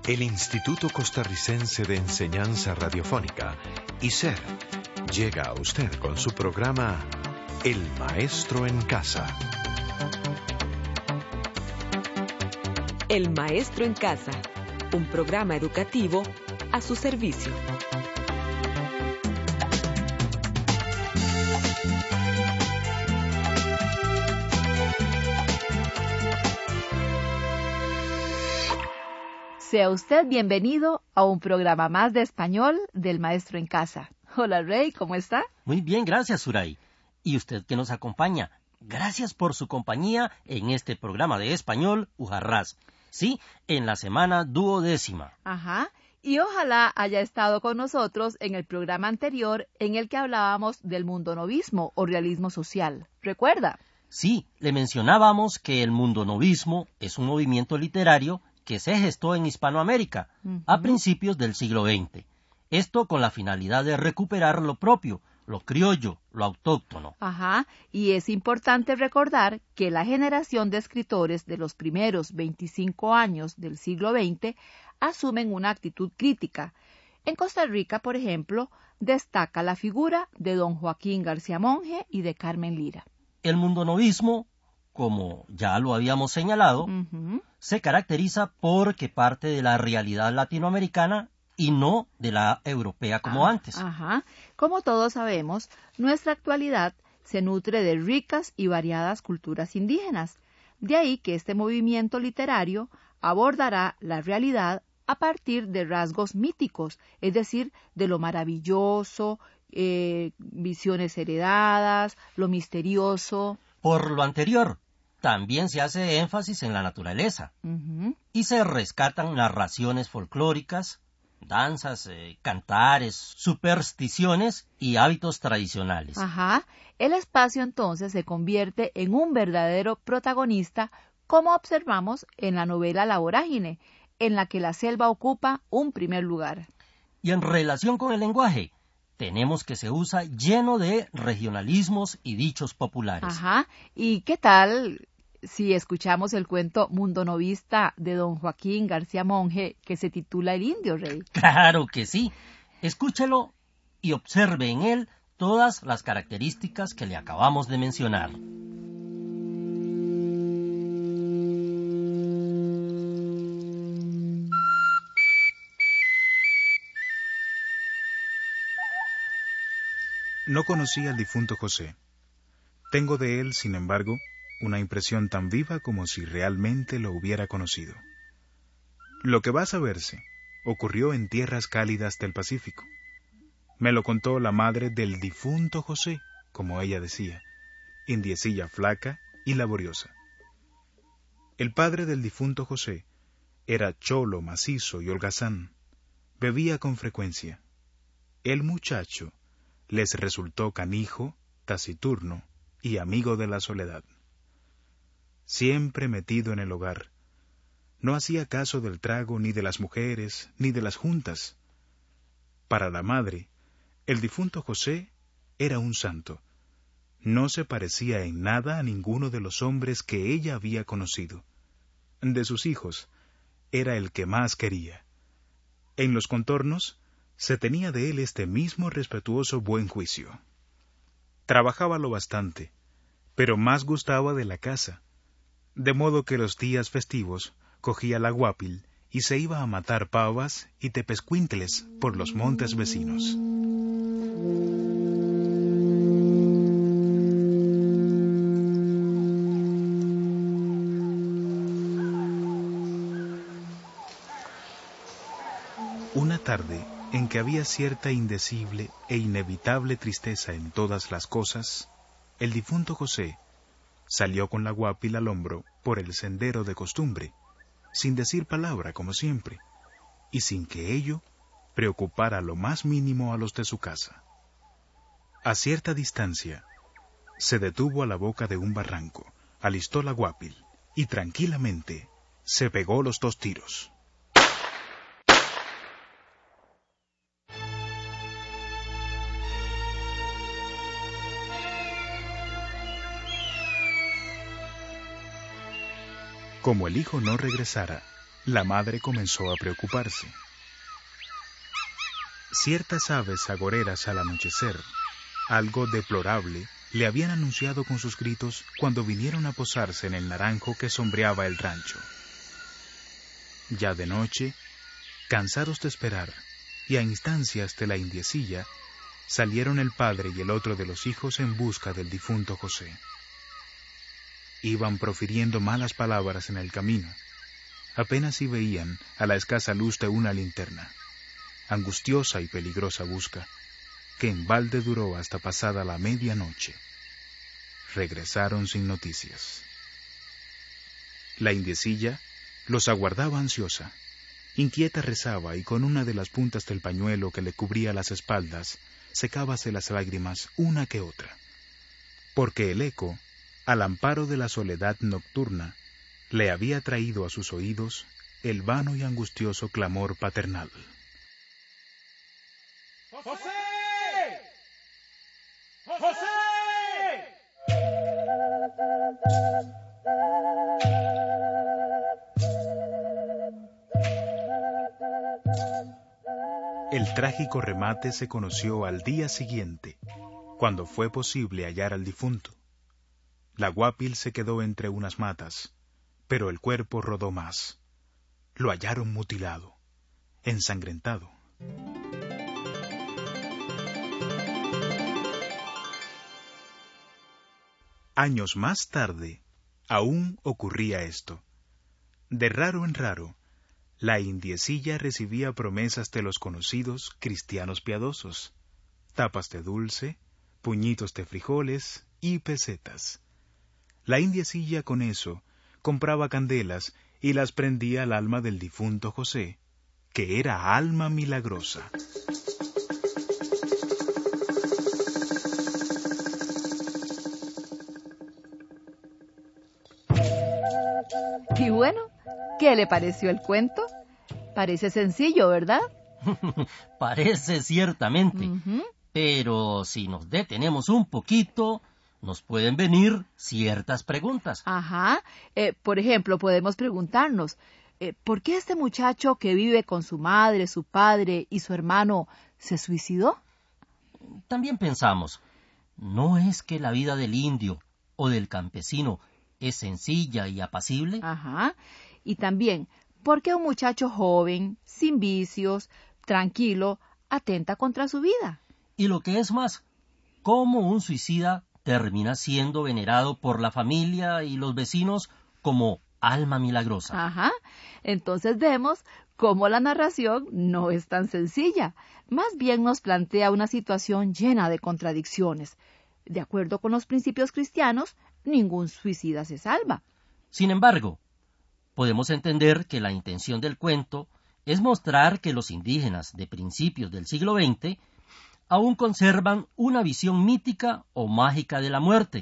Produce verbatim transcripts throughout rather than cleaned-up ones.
El Instituto Costarricense de Enseñanza Radiofónica, I C E R, llega a usted con su programa El Maestro en Casa. El Maestro en Casa, un programa educativo a su servicio. Sea usted bienvenido a un programa más de español del Maestro en Casa. Hola, Rey, ¿cómo está? Muy bien, gracias, Suray. Y usted que nos acompaña, gracias por su compañía en este programa de español Ujarrás. Sí, en la semana duodécima. Ajá, y ojalá haya estado con nosotros en el programa anterior en el que hablábamos del mundonovismo o realismo social. ¿Recuerda? Sí, le mencionábamos que el mundonovismo es un movimiento literario que se gestó en Hispanoamérica uh-huh. a principios del siglo veinte. Esto con la finalidad de recuperar lo propio, lo criollo, lo autóctono. Ajá, y es importante recordar que la generación de escritores de los primeros veinticinco años del siglo veinte asumen una actitud crítica. En Costa Rica, por ejemplo, destaca la figura de don Joaquín García Monge y de Carmen Lira. El mundonovismo, como ya lo habíamos señalado, uh-huh. se caracteriza porque parte de la realidad latinoamericana y no de la europea como ah, antes. Ajá. Como todos sabemos, nuestra actualidad se nutre de ricas y variadas culturas indígenas. De ahí que este movimiento literario abordará la realidad a partir de rasgos míticos, es decir, de lo maravilloso, eh, visiones heredadas, lo misterioso. Por lo anterior, también se hace énfasis en la naturaleza uh-huh. y se rescatan narraciones folclóricas, danzas, eh, cantares, supersticiones y hábitos tradicionales. Ajá. El espacio entonces se convierte en un verdadero protagonista, como observamos en la novela La Vorágine, en la que la selva ocupa un primer lugar. Y en relación con el lenguaje, tenemos que se usa lleno de regionalismos y dichos populares. Ajá. ¿Y qué tal si escuchamos el cuento mundonovista de don Joaquín García Monge que se titula El Indio, Rey? Claro que sí. Escúchelo y observe en él todas las características que le acabamos de mencionar. No conocí al difunto José. Tengo de él, sin embargo, una impresión tan viva como si realmente lo hubiera conocido. Lo que va a saberse ocurrió en tierras cálidas del Pacífico. Me lo contó la madre del difunto José, como ella decía, indiecilla flaca y laboriosa. El padre del difunto José era cholo, macizo y holgazán. Bebía con frecuencia. El muchacho les resultó canijo, taciturno y amigo de la soledad. Siempre metido en el hogar. No hacía caso del trago, ni de las mujeres, ni de las juntas. Para la madre, el difunto José era un santo. No se parecía en nada a ninguno de los hombres que ella había conocido. De sus hijos, era el que más quería. En los contornos, se tenía de él este mismo respetuoso buen juicio. Trabajaba lo bastante, pero más gustaba de la casa, de modo que los días festivos cogía la guapil y se iba a matar pavas y tepezcuintles por los montes vecinos. Una tarde, en que había cierta indecible e inevitable tristeza en todas las cosas, el difunto José salió con la guapil al hombro por el sendero de costumbre, sin decir palabra como siempre, y sin que ello preocupara lo más mínimo a los de su casa. A cierta distancia, se detuvo a la boca de un barranco, alistó la guapil y tranquilamente se pegó los dos tiros. Como el hijo no regresara, La madre comenzó a preocuparse. Ciertas aves agoreras al anochecer, algo deplorable, le habían anunciado con sus gritos cuando vinieron a posarse en el naranjo que sombreaba el rancho. Ya de noche, cansados de esperar, y a instancias de la indiecilla, salieron el padre y el otro de los hijos en busca del difunto José. Iban profiriendo malas palabras en el camino. Apenas si veían a la escasa luz de una linterna. Angustiosa y peligrosa busca, que en balde duró hasta pasada la medianoche. Regresaron sin noticias. La indiecilla los aguardaba ansiosa. Inquieta rezaba y con una de las puntas del pañuelo que le cubría las espaldas, secábase las lágrimas una que otra. Porque el eco, al amparo de la soledad nocturna, le había traído a sus oídos el vano y angustioso clamor paternal. ¡José! ¡José! El trágico remate se conoció al día siguiente, cuando fue posible hallar al difunto. La guapil se quedó entre unas matas, pero el cuerpo rodó más. Lo hallaron mutilado, ensangrentado. Años más tarde, aún ocurría esto. De raro en raro, la indiecilla recibía promesas de los conocidos cristianos piadosos, tapas de dulce, puñitos de frijoles y pesetas. La indiecilla con eso compraba candelas y las prendía al alma del difunto José, que era alma milagrosa. Y bueno, ¿qué le pareció el cuento? Parece sencillo, ¿verdad? Parece ciertamente, uh-huh. Pero si nos detenemos un poquito, nos pueden venir ciertas preguntas. Ajá, eh, por ejemplo, podemos preguntarnos, eh, ¿por qué este muchacho que vive con su madre, su padre y su hermano se suicidó? También pensamos, ¿no es que la vida del indio o del campesino es sencilla y apacible? Ajá, y también, ¿por qué un muchacho joven, sin vicios, tranquilo, atenta contra su vida? Y lo que es más, ¿cómo un suicida termina siendo venerado por la familia y los vecinos como alma milagrosa? Ajá, entonces vemos cómo la narración no es tan sencilla, más bien nos plantea una situación llena de contradicciones. De acuerdo con los principios cristianos, ningún suicida se salva. Sin embargo, podemos entender que la intención del cuento es mostrar que los indígenas de principios del siglo veinte aún conservan una visión mítica o mágica de la muerte,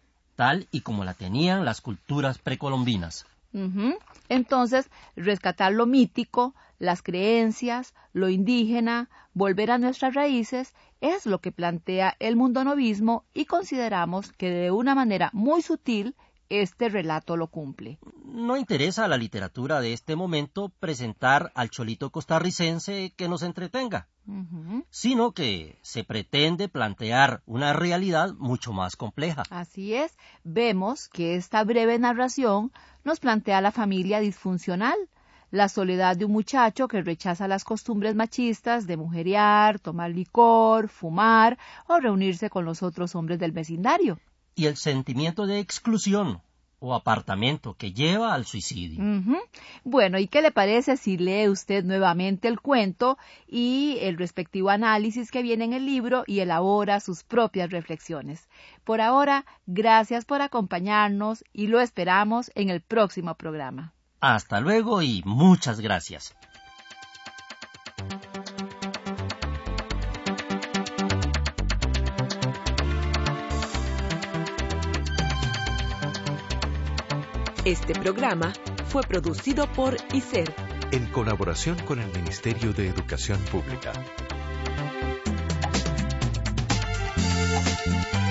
tal y como la tenían las culturas precolombinas. Uh-huh. Entonces, rescatar lo mítico, las creencias, lo indígena, volver a nuestras raíces, es lo que plantea el mundonovismo y consideramos que de una manera muy sutil este relato lo cumple. No interesa a la literatura de este momento presentar al cholito costarricense que nos entretenga, uh-huh. sino que se pretende plantear una realidad mucho más compleja. Así es, vemos que esta breve narración nos plantea la familia disfuncional, la soledad de un muchacho que rechaza las costumbres machistas de mujerear, tomar licor, fumar o reunirse con los otros hombres del vecindario. Y el sentimiento de exclusión o apartamiento que lleva al suicidio. Uh-huh. Bueno, ¿y qué le parece si lee usted nuevamente el cuento y el respectivo análisis que viene en el libro y elabora sus propias reflexiones? Por ahora, gracias por acompañarnos y lo esperamos en el próximo programa. Hasta luego y muchas gracias. Este programa fue producido por I S E R, en colaboración con el Ministerio de Educación Pública.